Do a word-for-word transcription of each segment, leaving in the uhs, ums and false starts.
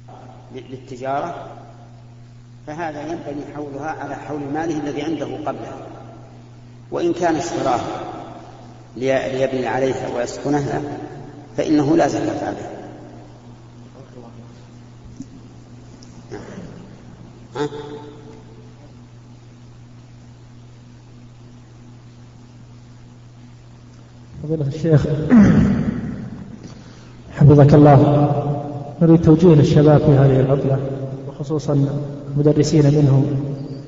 للتجارة فهذا ينبني حولها على حول ماله الذي عنده قبلها، وإن كان اشتراه ليبني عليها ويسكنها فإنه لا زكاة عليه. ها؟ فضيلة الشيخ حفظك الله، نريد توجيه للشباب في هذه العطلة وخصوصا المدرسين منهم،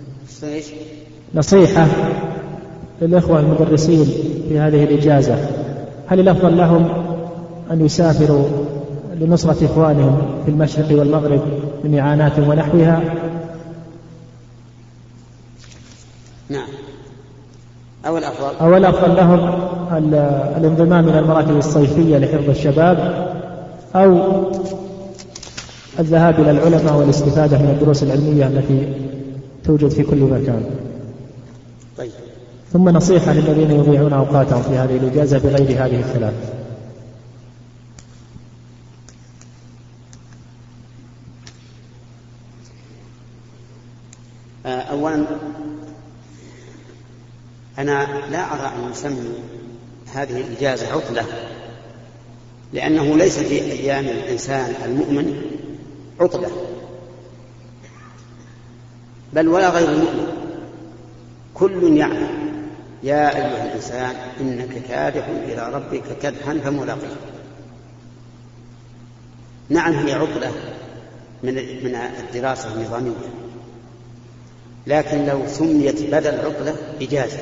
نصيحة للإخوة المدرسين في هذه الإجازة، هل الأفضل لهم أن يسافروا لنصرة إخوانهم في المشرق والمغرب من إعانات ونحوها؟ نعم. أو الأفضل, أو الأفضل لهم الانضمام إلى المراكز الصيفية لحفظ الشباب، أو الذهاب إلى العلماء والاستفادة من الدروس العلمية التي توجد في كل مكان. طيب. ثم نصيحة للذين يضيعون أوقاتهم في هذه الإجازة بغير هذه الثلاث. أولا أنا لا أرى أن نسمي هذه الإجازة عطلة، لأنه ليس في أيام الإنسان المؤمن عطلة، بل ولا غير المؤمن، كل يعلم يا أيها الإنسان إنك كادح إلى ربك كدحا فملاقيه. نعم هي عطلة من من الدراسة النظامية، لكن لو سميت بدل عطلة إجازة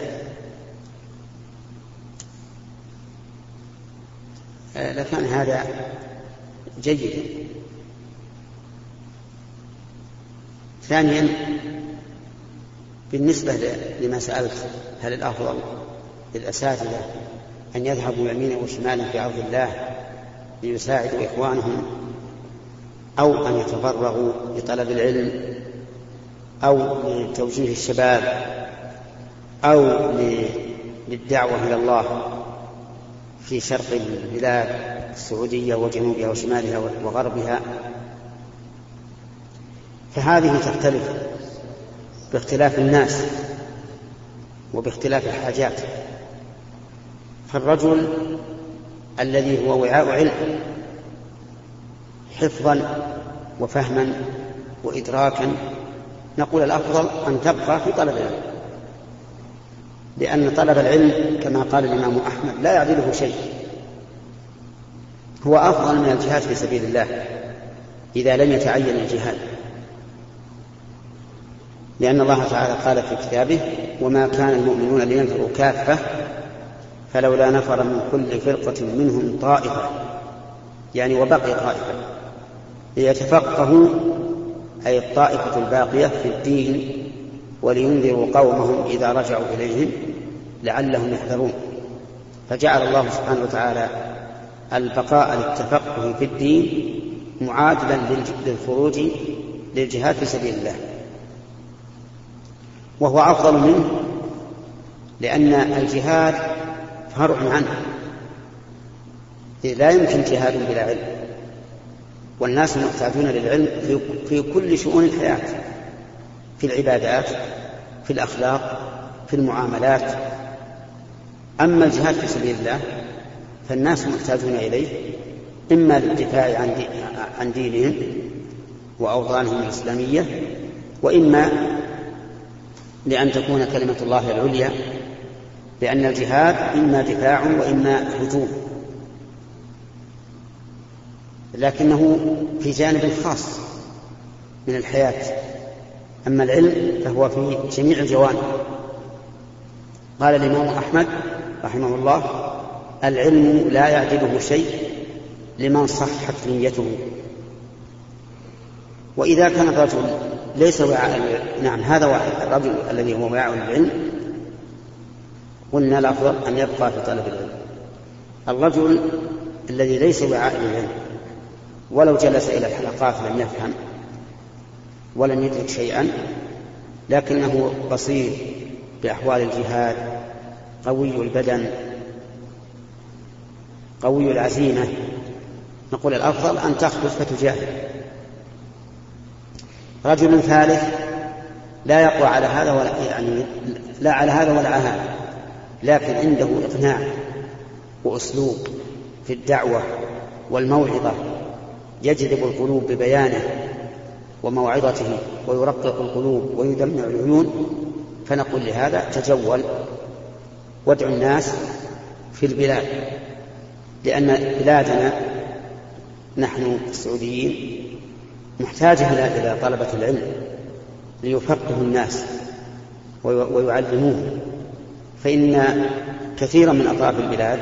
لكان هذا جيدا. ثانيا بالنسبة لما سألت هل الأفضل للأساتذة أن يذهبوا يمينا وشمالا في عرض الله ليساعدوا إخوانهم، أو أن يتفرغوا لطلب العلم، أو لتوجيه الشباب، أو للدعوة إلى الله في شرق البلاد السعودية وجنوبها وشمالها وغربها، فهذه تختلف باختلاف الناس وباختلاف الحاجات. فالرجل الذي هو وعاء علم حفظا وفهما وإدراكا نقول الأفضل أن تبقى في طلب العلم، لأن طلب العلم كما قال الإمام أحمد لا يعدله شيء، هو أفضل من الجهاد في سبيل الله إذا لم يتعين الجهاد، لأن الله تعالى قال في كتابه وما كان المؤمنون لينفروا كافة فلولا نفر من كل فرقة منهم طائفة، يعني وبقي طائفة ليتفقهوا، أي الطائفة الباقية في الدين، ولينذروا قومهم إذا رجعوا إليهم لعلهم يحذرون. فجعل الله سبحانه وتعالى البقاء للتفقه في الدين معادلا للخروج للجهاد في سبيل الله، وهو أفضل منه، لأن الجهاد فرع عنه، لا يمكن جهاد بلا علم، والناس محتاجون للعلم في كل شؤون الحياة، في العبادات، في الأخلاق، في المعاملات. أما الجهاد في سبيل الله فالناس محتاجون إليه إما للدفاع عن, دي عن دينهم وأوطانهم الإسلامية، وإما لأن تكون كلمة الله العليا، لأن الجهاد إما دفاع وإما هجوم، لكنه في جانب خاص من الحياة. أما العلم فهو في جميع الجوانب. قال الإمام أحمد رحمه الله العلم لا يعدله شيء لمن صحت نيته. وإذا كان الرجل ليس وعاء، نعم هذا واحد، الرجل الذي هو وعاء العلم قلنا الأفضل أن يبقى في طلب العلم. الرجل الذي ليس وعاء العلم ولو جلس إلى الحلقات لم يفهم ولم يدرك شيئا، لكنه بصير بأحوال الجهاد، قوي البدن، قوي العزيمة، نقول الأفضل أن تخرج فتجاهد رجل ثالث لا يقوى على هذا ولا يعني لا على هذا ولا على هذا، لكن عنده إقناع وأسلوب في الدعوة والموعظة يجذب القلوب ببيانه وموعظته ويرقق القلوب ويدمع العيون، فنقول لهذا تجول وادعو الناس في البلاد، لأن بلادنا نحن السعوديين محتاجة إلى طلبة العلم ليفقهوا الناس ويعلموه، فإن كثيرا من أطراف البلاد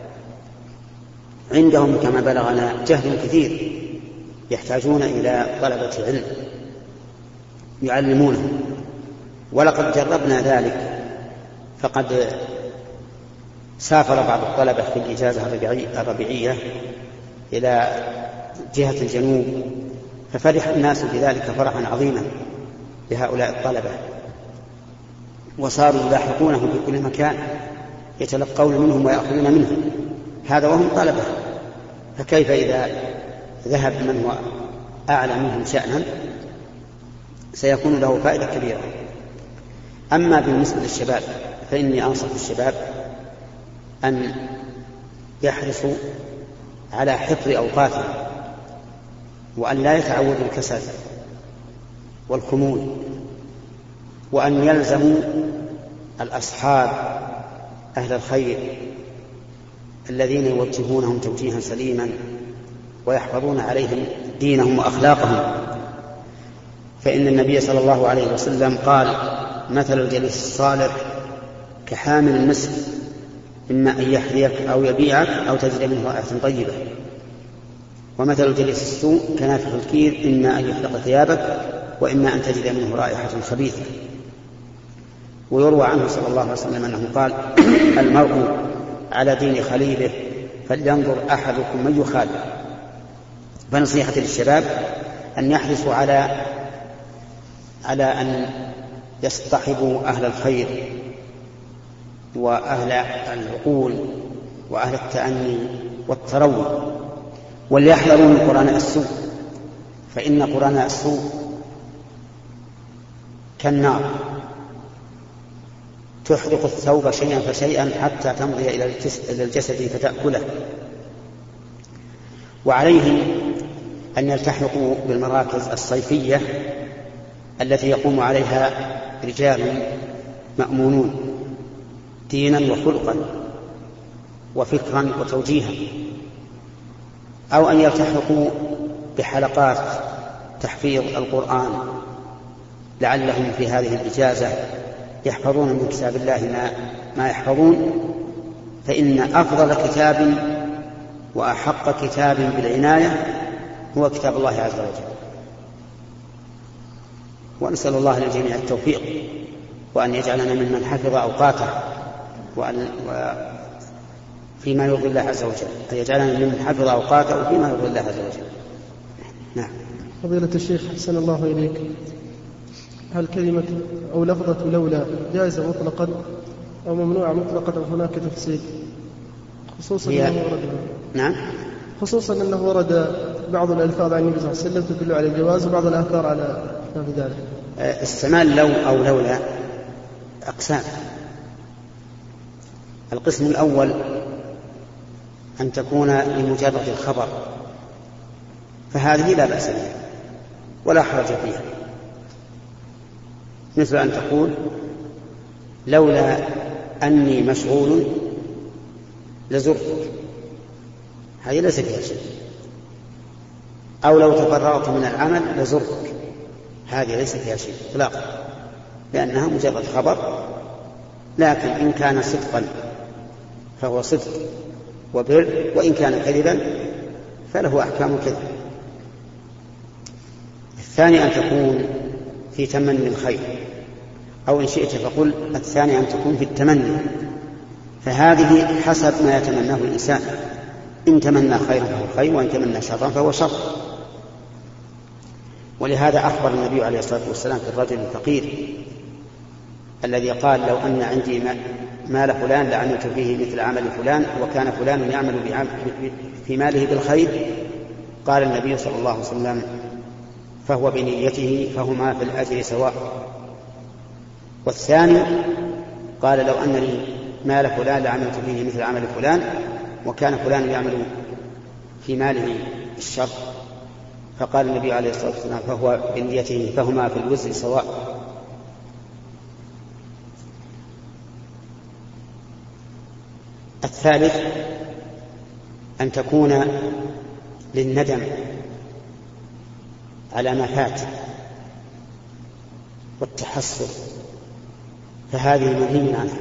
عندهم كما بلغنا جهل كثير، يحتاجون إلى طلبة علم يعلمونهم. ولقد جربنا ذلك، فقد سافر بعض الطلبة في الإجازة الربيعية إلى جهة الجنوب، ففرح الناس بذلك فرحا عظيما لهؤلاء الطلبة، وصاروا يلاحقونه في كل مكان يتلقون منهم ويأخذون منهم، هذا وهم طلبة، فكيف إذا ذهب من هو أعلى منهم شأنا سيكون له فائدة كبيرة. أما بالنسبة للشباب فإني أنصح الشباب أن يحرصوا على حفظ أوقاتهم، وأن لا يتعودوا الكسل والخمول، وأن يلزموا الأصحاب أهل الخير الذين يوجهونهم توجيها سليما ويحفظون عليهم دينهم وأخلاقهم. فإن النبي صلى الله عليه وسلم قال: مثل الجليس الصالح كحامل المسك، إما أن يحذيك أو يبيعك أو تجد منه رائحة طيبة، ومثل الجليس السوء كنافخ الكير، إما أن يحرق ثيابك وإما أن تجد منه رائحة خبيثة. ويروى عنه صلى الله عليه وسلم أنه قال: المرء على دين خليله فلينظر أحدكم من يخالف. فنصيحتي للشباب أن يحرصوا على على أن يصطحبوا أهل الخير وأهل العقول وأهل التأني والتروي، وليحذروا من قرناء السوء، فإن قرناء السوء كالنار تحرق الثوب شيئا فشيئا حتى تمضي إلى الجسد فتأكله. وعليهم أن يلتحقوا بالمراكز الصيفية التي يقوم عليها رجال مأمونون دينا وخلقا وفكرا وتوجيها، أو أن يلتحقوا بحلقات تحفيظ القرآن لعلهم في هذه الإجازة يحفظون من كتاب الله ما, ما يحفظون، فإن أفضل كتاب وأحق كتاب بالعناية هو كتاب الله عز وجل. ونسأل الله للجميع التوفيق، وأن يجعلنا ممن حفظ أوقاته وأن فيما يرضي الله عز وجل، أن يجعلنا ممن حفظ أوقاته فيما يرضي الله عز وجل. نعم. فضيلة الشيخ أحسن الله إليك، هل كلمة أو لفظة لولا جائزة مطلقا أو ممنوعة مطلقا أو هناك تفصيل؟ خصوصا هي... أنه ورد نعم خصوصا أنه ورد بعض الألفاظ عن النبي صلى الله عليه وسلم تدل على الجواز وبعض الآثار على ذلك. استعمال لو أو لولا أقسام. القسم الأول أن تكون لمجرد الخبر، فهذه لا بأس بها ولا حرج فيها، مثل أن تقول لولا أني مشغول لزرتك، هذه ليس فيها شيء. أو لو تفرغت من العمل لزرتك، هذه ليس فيها شيء إطلاقا، لأنها مجرد خبر. لكن إن كان صدقا فهو صدق وبر، وإن كان كذبا فله أحكام كذب. الثاني أن تكون في تمني الخير، أو إن شئت فقل الثاني أن تكون في التمني، فهذه حسب ما يتمناه الإنسان، إن تمنى خيرا فهو خير، وإن تمنى شرا فهو شر. ولهذا أخبر النبي عليه الصلاة والسلام في الرجل الفقير الذي قال لو أن عندي مال فلان لعملت فيه مثل عمل فلان، وكان فلان يعمل في ماله بالخير. قال النبي صلى الله عليه وسلم فهو بنيته فهما في الأجر سواء. والثاني قال لو أن لي مال فلان لعملت فيه مثل عمل فلان، وكان فلان يعمل في ماله الشر، فقال النبي عليه الصلاة والسلام فهو بنيته فهما في الوزر سواء. الثالث أن تكون للندم على ما فات والتحسر، فهذه منهي عنها،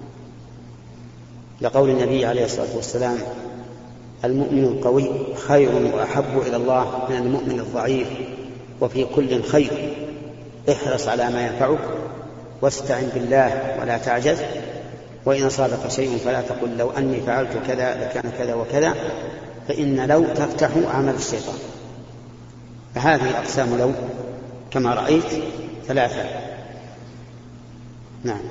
لقول النبي عليه الصلاة والسلام المؤمن القوي خير وأحب إلى الله من المؤمن الضعيف، وفي كل خير، احرص على ما ينفعك واستعن بالله ولا تعجز، وإن أصابك شيء فلا تقل لو أني فعلت كذا لكان كذا وكذا، فإن لو تفتح عمل الشيطان. فهذه أقسام لو كما رأيت ثلاثة. نعم.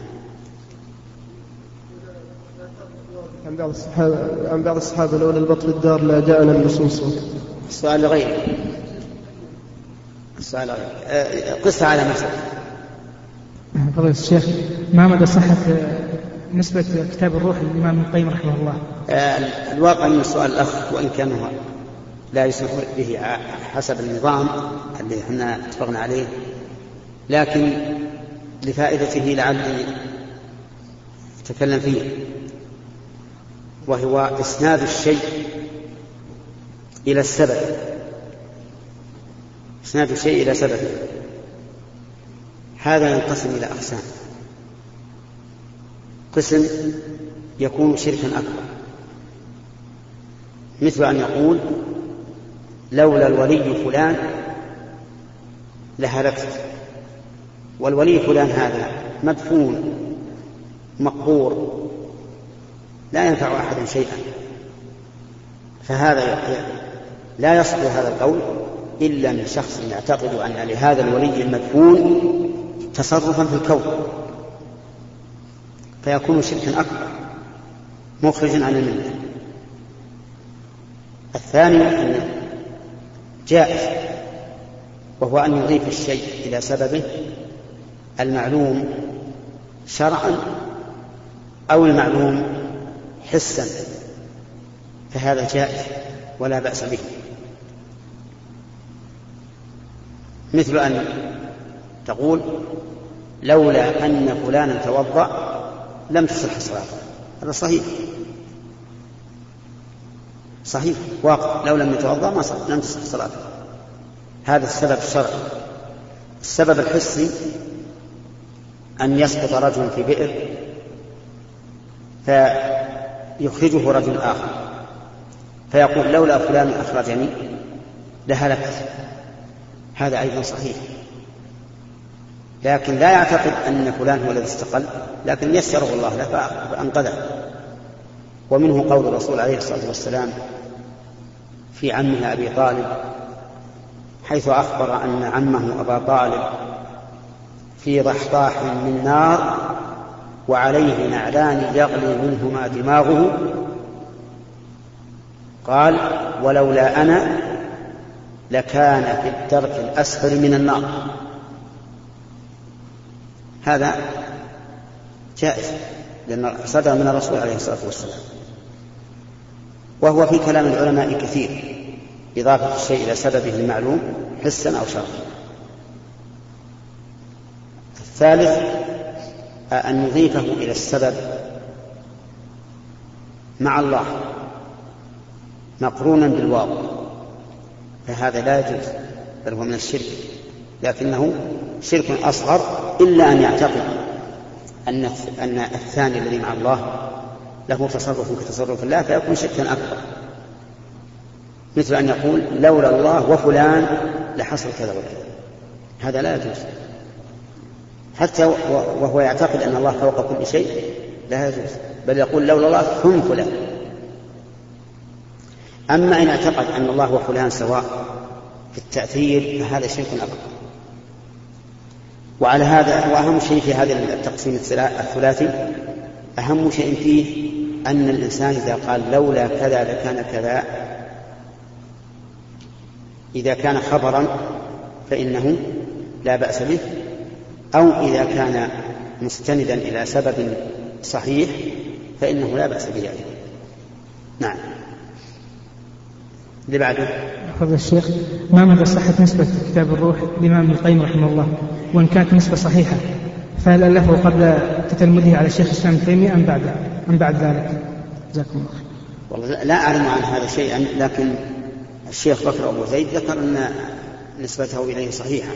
عن بعض الصحابة عن بعض الصحابة لولا البطل الدار لا جاءنا اللصوص. السؤال غير السؤال غير قصة على مثل. فضيلة الشيخ، ما مدى صحة نسبة كتاب الروح للإمام ابن القيم رحمه الله؟ الواقع من السؤال الأخ، وإن كان هو لا يسمح به حسب النظام اللي احنا اتفقنا عليه، لكن لفائدته لعلي أتكلم فيه، وهو إسناد الشيء إلى السبب. إسناد الشيء إلى سبب هذا ينقسم إلى أقسام. قسم يكون شركا أكبر، مثل أن يقول لولا الولي فلان لهلكت، والولي فلان هذا مدفون مقبور لا ينفع أحدا شيئا، فهذا لا يصدر هذا القول إلا من شخص يعتقد أن لهذا الولي المدفون تصرفا في الكون، فيكون شركا أكبر مخرجا عن الملة. الثاني أن جائز، وهو أن يضيف الشيء إلى سببه المعلوم شرعا أو المعلوم حسا، فهذا جائز ولا بأس به. مثل أن تقول لولا أن فلانا توضأ لم تصح صلاته، هذا صحيح صحيح واقع، لو لم يتوضأ ما صح لم تصح صلاته، هذا السبب الشرعي. السبب الحسي أن يسقط رجل في بئر فيخرجه رجل آخر فيقول لولا فلان أخرجني لهلكت، هذا أيضا صحيح، لكن لا يعتقد أن فلان هو الذي استقل، لكن يسره الله له فأنقذه. ومنه قول الرسول عليه الصلاة والسلام في عمه أبي طالب، حيث أخبر أن عمه أبا طالب في ضحضاح من نار وعليه نعلان يغلي منهما دماغه، قال ولولا أنا لكان في الدرك الأسفل من النار. هذا جائز لأن صدر من الرسول عليه الصلاة والسلام، وهو في كلام العلماء كثير إضافة الشيء إلى سببه المعلوم حسا أو شرعا. الثالث أن نضيفه إلى السبب مع الله مقرونا بالواو، فهذا لا يجوز، بل هو من الشرك، لكنه شرك أصغر إلا أن يعتقد أن أن الثاني الذي مع الله له تصرف كتصرف الله، فيكون شركا أكبر، مثل أن يقول لولا الله وفلان لحصل كذا وكذا، هذا لا يجوز، حتى وهو يعتقد أن الله فوق كل شيء لا يجوز، بل يقول لولا الله ثم فلان. أما إن اعتقد أن الله وفلان سواء في التأثير فهذا شرك أكبر. وعلى هذا وأهم شيء في هذا التقسيم الثلاثي، أهم شيء فيه أن الإنسان إذا قال لولا كذا لكان كذا، إذا كان خبرا فإنه لا بأس به، أو إذا كان مستندا إلى سبب صحيح فإنه لا بأس به أيضا. نعم. اللي بعده أخذ الشيخ: ما مدى صحة نسبة كتاب الروح للإمام ابن القيم رحمه الله، وإن كانت نسبة صحيحة فهل ألفه قبل تتلمذه على الشيخ الإسلام ابن تيمية أم بعد أم بعد ذلك؟ جزاكم الله خير. والله لا أعلم عن هذا شيئا، لكن الشيخ بكر أبو زيد ذكر أن نسبته إليه صحيحة،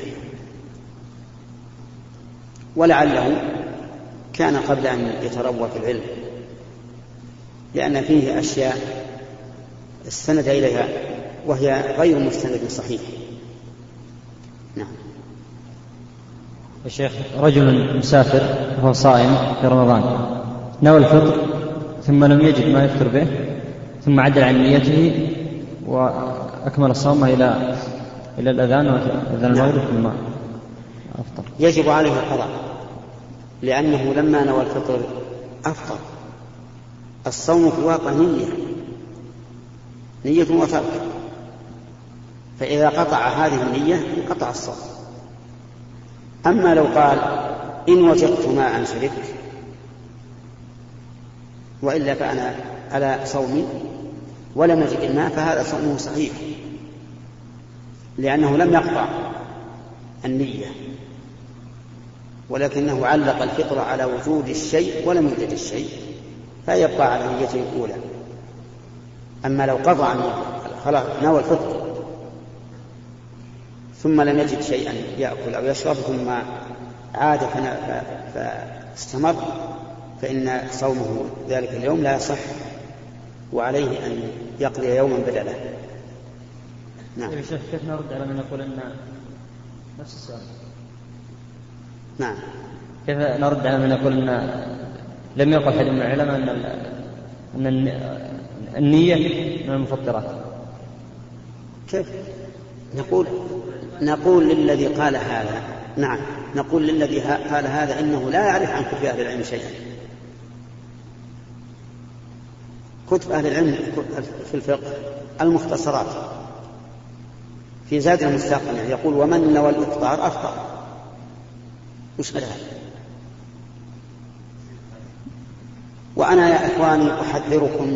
ولعله كان قبل أن يتروى في العلم، لأن فيه أشياء استند إليها وهي غير مستند صحيح. نعم. الشيخ: رجل مسافر وهو صائم في رمضان نوى الفطر ثم لم يجد ما يفطر به، ثم عدل عن نيته وأكمل الصوم إلى إلى الأذان وأذان المغرب ثم أفطر، يجب عليه القضاء، لأنه لما نوى الفطر أفطر. الصوم في الواقع نية نية وترك، فإذا قطع هذه النية قطع الصوم. أما لو قال إن وجدت ماء شربت وإلا فأنا على صومي ولم يجد الماء فهذا صومه صحيح، لأنه لم يقطع النية، ولكنه علق الفطر على وجود الشيء ولم يوجد الشيء فيبقى على نيته الأولى. أما لو قطع خلاص نوى الفطر ثم لم يجد شيئا يأكل أو يشرب ثم عاد فاستمر فإن صومه ذلك اليوم لا يصح، وعليه أن يقضي يوما بدله. نعم. كيف نرد على من يقول أن نفس السؤال؟ نعم. كيف نرد على من يقول أن لم يقل أحد من العلماء أن أن النية من المفطرات؟ كيف نقول نقول للذي قال هذا نعم نقول للذي قال هذا إنه لا يعرف عن كتب أهل العلم شيئا. كتب أهل العلم في الفقه المختصرات في زاد المستقنع يقول ومن نوى الإفطار أفطر. وش هذا؟ وأنا يا إخواني أحذركم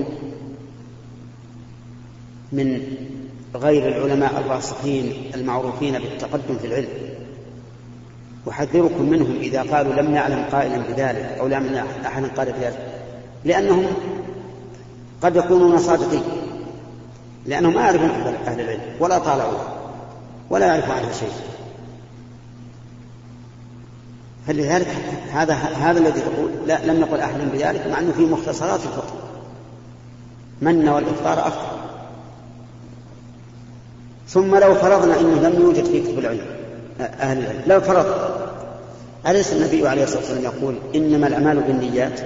من غير العلماء الراسخين المعروفين بالتقدم في العلم، أحذركم منهم إذا قالوا لم يعلم قائلا بذلك أو لم يعلم أحد قال بذلك، لأنهم قد يكونون صادقين، لأنهم ما يعرفون أهل العلم ولا طالعوا ولا يعرفوا عنها شيء. فلذلك هذا هذا الذي تقول لا لم يقل أحد بذلك، مع أنه في مختصرات الفقه من نوى الإفطار أفطر. ثم لو فرضنا أنه لم يوجد في كتب العلم أهل العلم، لو فرض أليس النبي عليه الصلاة والسلام يقول إنما الأعمال بالنيات؟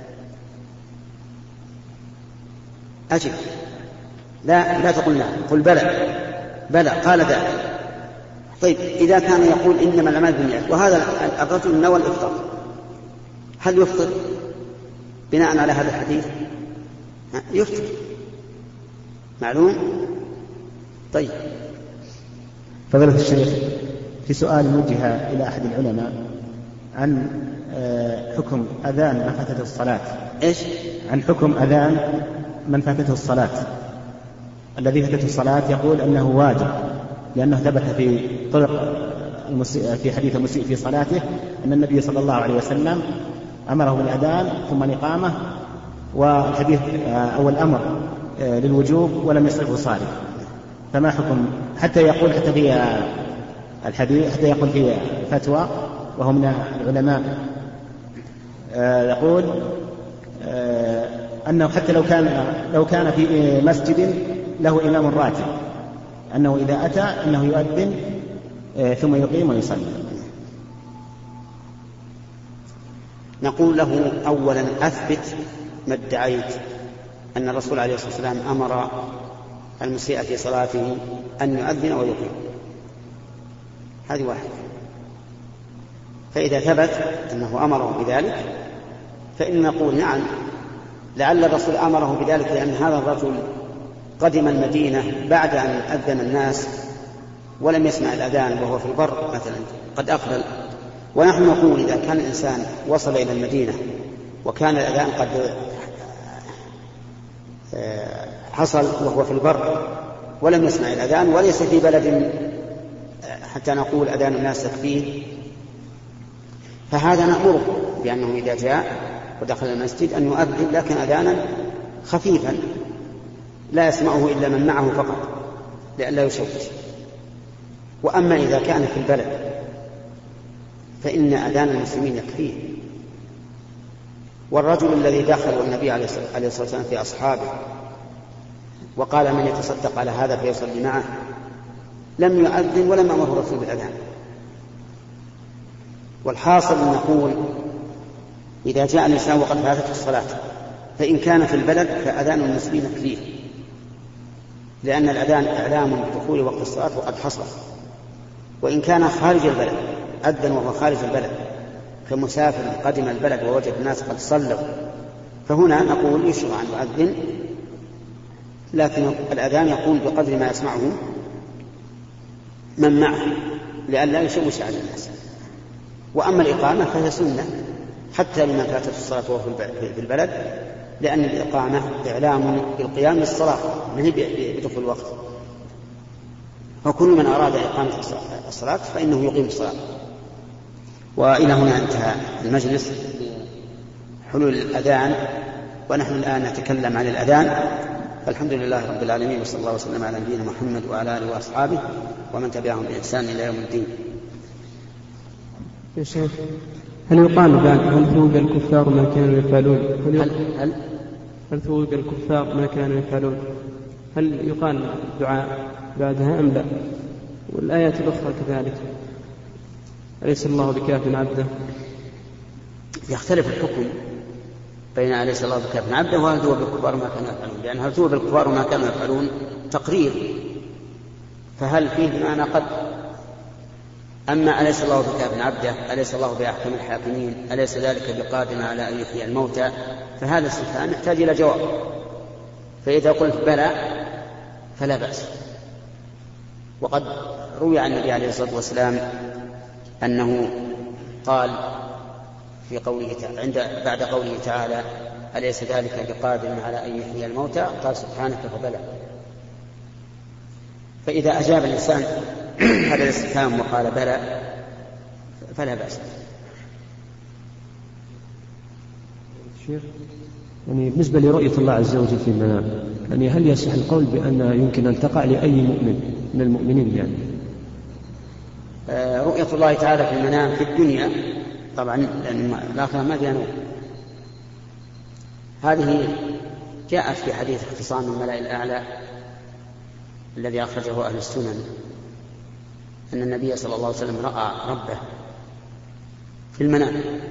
أجب لا لا تقول نعم، قل بلى بلى قال ذلك. طيب إذا كان يقول إنما الأعمال بالنيات وهذا الرجل نوى الإفطار، هل يفطر بناء على هذا الحديث؟ يفطر معلوم. طيب فضيلة الشيخ، في سؤال وجه إلى أحد العلماء عن حكم أذان من فاتته الصلاة. إيش؟ عن حكم أذان من فاتته الصلاة. الذي فاتته الصلاة يقول أنه واجب، لأنه ثبت في طرق المسيء في حديث المسيء في صلاته أن النبي صلى الله عليه وسلم أمره بالأذان ثم الإقامة، والحديث أو الأمر للوجوب ولم يصرفه صارف. فما حكم حتى يقول حتى في الحديث حتى يقول في فتوى وهو من العلماء يقول أنه حتى لو كان لو كان في مسجد له إمام راتب أنه إذا أتى أنه يؤذن ثم يقيم ويصلي. نقول له أولا أثبت ما ادعيت أن الرسول عليه الصلاة والسلام أمر المسيء في صلاته أن يؤذن ويقيم، هذه واحدة. فإذا ثبت أنه أمره بذلك فإن نقول نعم لعل الرسول أمره بذلك لأن هذا الرجل قدم المدينة بعد أن أذن الناس ولم يسمع الأذان وهو في البر مثلا قد أقبل، ونحن نقول إذا كان الإنسان وصل إلى المدينة وكان الأذان قد حصل وهو في البر ولم يسمع الأذان وليس في بلد حتى نقول أذان الناس فيه، فهذا نأمره بأنه إذا جاء ودخل المسجد أن يؤذن لكن أذانا خفيفا لا يسمعه إلا من معه فقط لئلا يشوش. وأما إذا كان في البلد فإن أذان المسلمين يكفيه. والرجل الذي دخل والنبي عليه الصلاة والسلام في أصحابه وقال من يتصدق على هذا فيصلي معه لم يؤذن ولم أمره الرسول بالأذان. والحاصل نقول إذا جاء الإنسان وقد فاتته الصلاة فإن كان في البلد فأذان المسلمين يكفيه، لأن الأذان إعلام بدخول وقت الصلاة وقد حصل. وإن كان خارج البلد أذن وهو خارج البلد كمسافر قدم البلد ووجد الناس قد صلوا فهنا نقول يشرع أن يؤذن، لكن الأذان يكون بقدر ما يسمعه من معه لئلا يشوش على الناس. وأما الإقامة فهي سنة حتى لمن فاتت الصلاة وهو في البلد، لأن الإقامة إعلام بالقيام للصلاة ما هي بدخول الوقت، فكل من أراد إقامة الصلاة فإنه يقيم الصلاة. وإلى هنا انتهى المجلس حلول الأذان، ونحن الآن نتكلم عن الأذان. الحمد لله رب العالمين، وصلى الله وسلم على نبينا محمد وعلى آله وأصحابه ومن تبعهم بإحسان إلى يوم الدين. يا شيخ، هل يقال بعد هل ثوب الكفار ما كانوا يفعلون؟ هل هل, هل, هل ثوب الكفار ما كانوا يفعلون؟ هل يقال دعاء بعدها أم لا؟ والآيات الأخرى كذلك، أليس الله بكاف عبده؟ يختلف الحكم بين أليس الله بكاف عبده وهل ثوب الكفار ما كانوا يفعلون، لأن هل ثوب الكفار ما كانوا يفعلون تقرير، فهل فيه بمعنى قد. أما أليس الله بكاف عبده، أليس الله بأحكم الحاكمين، أليس ذلك بقادر على أن يحيي الموتى، فهذا استفهام يحتاج إلى جواب. فإذا قلت بلى فلا بأس. وقد روي عن النبي عليه الصلاة والسلام أنه قال في قوله عند بعد قوله تعالى أليس ذلك بقادر على أن يحيي الموتى قال سبحانك فبلى. فإذا أجاب الإنسان هذا الاستفهام وقال بلى فلا بأس. شيخ، يعني بالنسبة لرؤية الله عز وجل في المنام، يعني هل يصح القول بأن يمكن أن تقع لأي مؤمن من المؤمنين؟ يعني آه رؤية الله تعالى في المنام في الدنيا طبعا، لأن الآخرة ما فيها نور. هذه جاءت في حديث اختصام الملأ الأعلى الذي أخرجه أهل السنن أن النبي صلى الله عليه وسلم رأى ربه في المنام.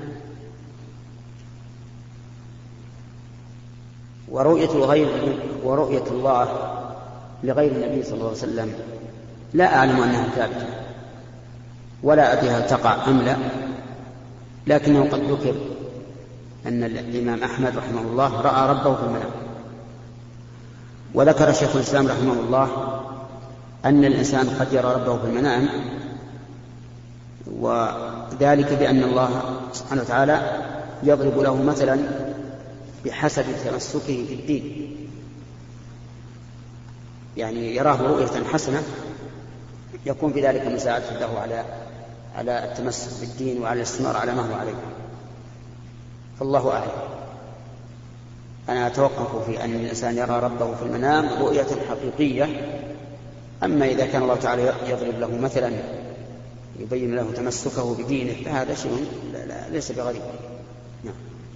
ورؤية الغير ورؤية الله لغير النبي صلى الله عليه وسلم لا أعلم أنها ثابتة ولا أدري هل تقع أم لا، لكنه قد ذكر أن الإمام أحمد رحمه الله رأى ربه في المنام. وذكر شيخ الإسلام رحمه الله أن الإنسان قد يرى ربه في المنام، وذلك بأن الله سبحانه وتعالى يضرب له مثلا بحسب تمسكه في الدين، يعني يراه رؤية حسنة يكون بذلك مساعدة له على على التمسك بالدين وعلى الاستمرار على ما هو عليه. فالله أعلم. أنا أتوقف في أن الإنسان يرى ربه في المنام رؤية حقيقية. أما إذا كان الله تعالى يضرب له مثلا يبين له تمسكه بدينه فهذا شيء ليس بغريب. نعم.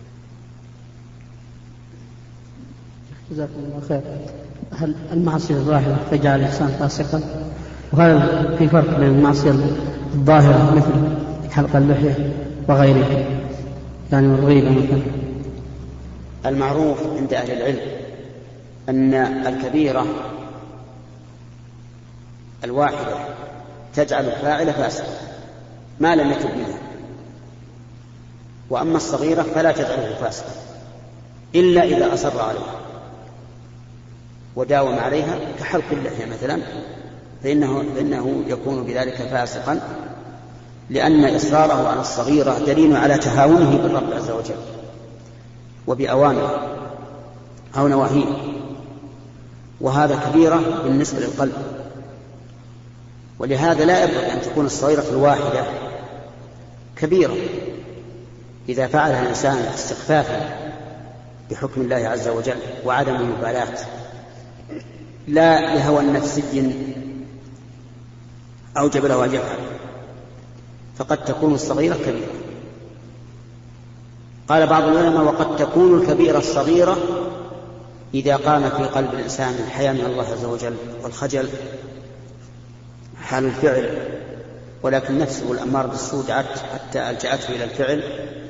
جزاكم الله خير. هل المعصية الظاهرة تجعل الإنسان فاسقا؟ وهل في فرق بين المعصية الظاهرة مثل حلق اللحية وغيرها، يعني الغيبة مثلا؟ المعروف عند أهل العلم أن الكبيرة الواحدة تجعل الفاعل فاسقا ما لم يتب منها، وأما الصغيرة فلا تجعله فاسقا إلا إذا أصر عليها وداوم عليها كحلق اللحية مثلا، فإنه, فإنه يكون بذلك فاسقا، لأن إصراره على الصغيرة دليل على تهاونه بالرب عز وجل وبأوامره أو نواهيه، وهذا كبيرة بالنسبة للقلب. ولهذا لا يبقى أن تكون الصغيرة الواحدة كبيرة إذا فعلها الإنسان استخفافا بحكم الله عز وجل وعدم المبالاة، لا لهوى نفسي أوجب له أن يفعل، فقد تكون الصغيرة كبيرة. قال بعض العلماء: وقد تكون الكبيرة الصغيرة إذا قام في قلب الإنسان الحياء من الله عز وجل والخجل حال الفعل، ولكن نفسه الأمارة بالسوء دعت حتى ألجأته إلى الفعل،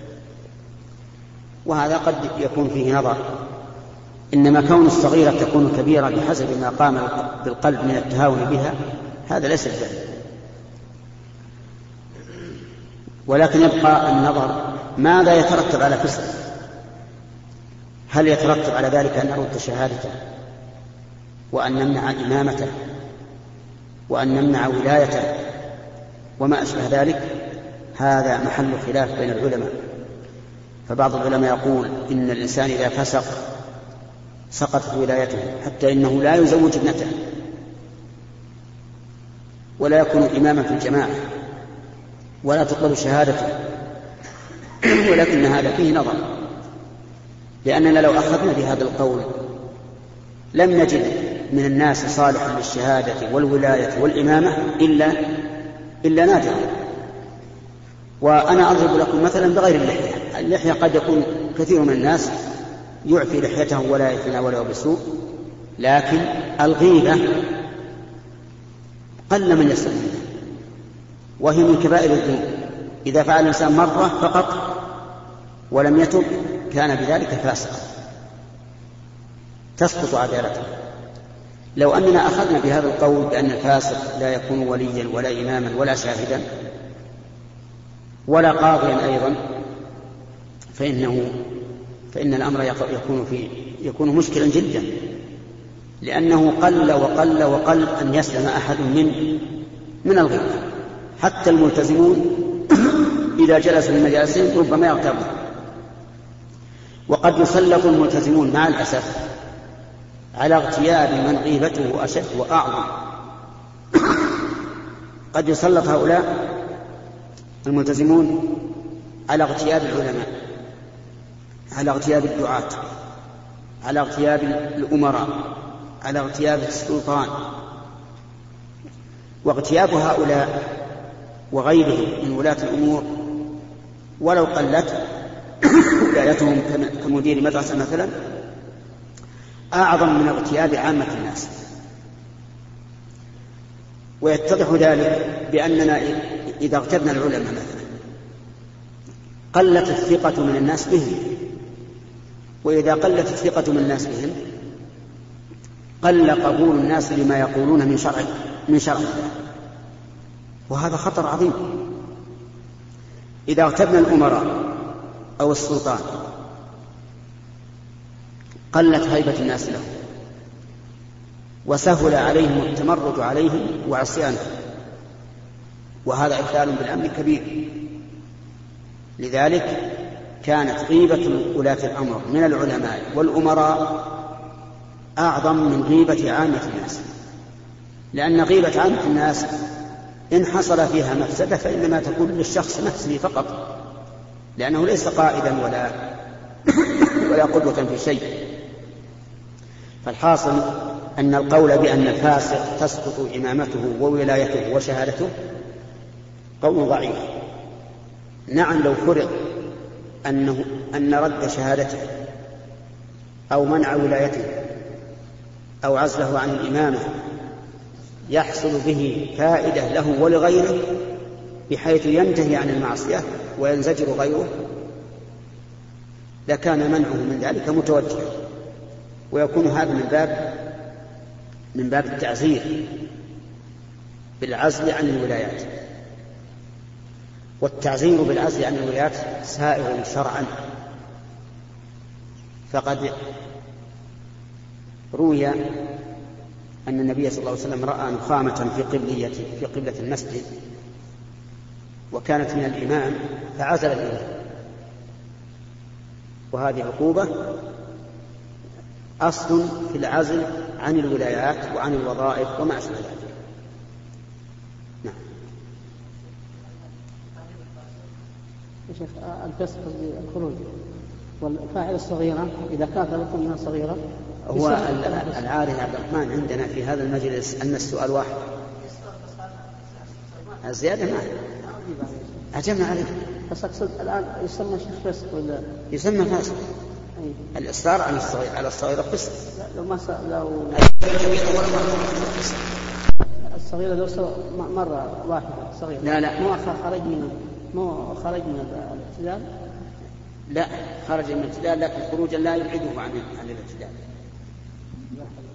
وهذا قد يكون فيه نظر. إنما كون الصغيرة تكون كبيرة بحسب ما قام بالقلب من التهاون بها هذا ليس الفعل. ولكن يبقى النظر ماذا يترتب على فسق. هل يترتب على ذلك أن نرد شهادته وأن نمنع إمامته وأن نمنع ولايته وما أشبه ذلك؟ هذا محل خلاف بين العلماء. فبعض العلماء يقول إن الإنسان إذا فسق سقطت ولايته، حتى إنه لا يزوج ابنته ولا يكون إماما في الجماعة ولا تقبل شهادته. ولكن هذا فيه نظر، لأننا لو أخذنا بهذا القول لم نجد من الناس صالحا للشهادة والولاية والإمامة إلا إلا نادرا. وأنا أضرب لكم مثلا بغير اللحية. اللحية قد يكون كثير من الناس يعفي لحيته ولا يتناوله بسوء، لكن الغيبة قل من يسلم منها، وهي من كبائر الذنوب. إذا فعل الإنسان مرة فقط ولم يتب كان بذلك فاسقا تسقط عدالته. لو أننا أخذنا بهذا القول بأن الفاسق لا يكون وليا ولا إماما ولا شاهدا ولا قاضيا أيضا، فإنه فإن الأمر يكون في يكون مشكلا جدا، لأنه قل وقل وقل أن يسلم أحد من من الغيبة. حتى الملتزمون إذا جلسوا في مجالسهم ربما يغتابون. وقد يسلط الملتزمون مع الأسف على اغتياب من غيبته أشد وأعظم. قد يسلط هؤلاء الملتزمون على اغتياب العلماء، على اغتياب الدعاة، على اغتياب الأمراء، على اغتياب السلطان. واغتياب هؤلاء وغيرهم من ولاة الأمور ولو قلت ولايتهم كمدير مدرسة مثلا أعظم من اغتياب عامة الناس. ويتضح ذلك بأننا إذا اغتبنا العلماء مثلا قلت الثقة من الناس بهم، وإذا قلت الثقة من الناس بهم قل قبول الناس لما يقولون من شرع من شرع الله، وهذا خطر عظيم. إذا اغتبنا الأمراء أو السلطان قلت هيبة الناس له وسهل عليهم التمرد عليهم وعصيانهم، وهذا إخلال بالأمن كبير. لذلك كانت غيبة ولاة الأمر من العلماء والأمراء أعظم من غيبة عامة الناس، لأن غيبة عامة الناس إن حصل فيها مفسدة فإنما تكون للشخص نفسه فقط، لأنه ليس قائدا ولا ولا قدوة في شيء. فالحاصل أن القول بأن الفاسق تسقط إمامته وولايته وشهادته قول ضعيف. نعم لو فرض أنه أن رد شهادته أو منع ولايته أو عزله عن الإمامة يحصل به فائدة له ولغيره بحيث ينتهي عن المعصية وينزجر غيره، لكان منعه من ذلك متوجها، ويكون هذا من باب من باب التعزير بالعزل عن الولايات. والتعزير بالعزل عن الولايات سائغ شرعا، فقد روي أن النبي صلى الله عليه وسلم رأى نخامة في قبلية في قبلة المسجد وكانت من الإمام فعزل الإمام، وهذه عقوبة أصل في العزل عن الولايات وعن الوظائف وما أشبه ذلك. نعم. يا شيخ الفسق الخروج والفاعل الصغيرة إذا كانت لكم منها صغيرة هو العارض عبد الرحمن عندنا في هذا المجلس أن السؤال واحد، الزيادة ما أجمع عليه. بس أقصد الآن يسمى شيخ فسق ولا يسمى فاسق؟ الإصرار على الصغيرة على الصغيرة فسق. لو ما س... لو الصغيرة لو سو... مرة واحدة صغيرة لا لا مو خرج من مو خرج من الاعتدال، لا خرج من الاعتدال لكن خروجا لا يبعده عن عن الاعتدال.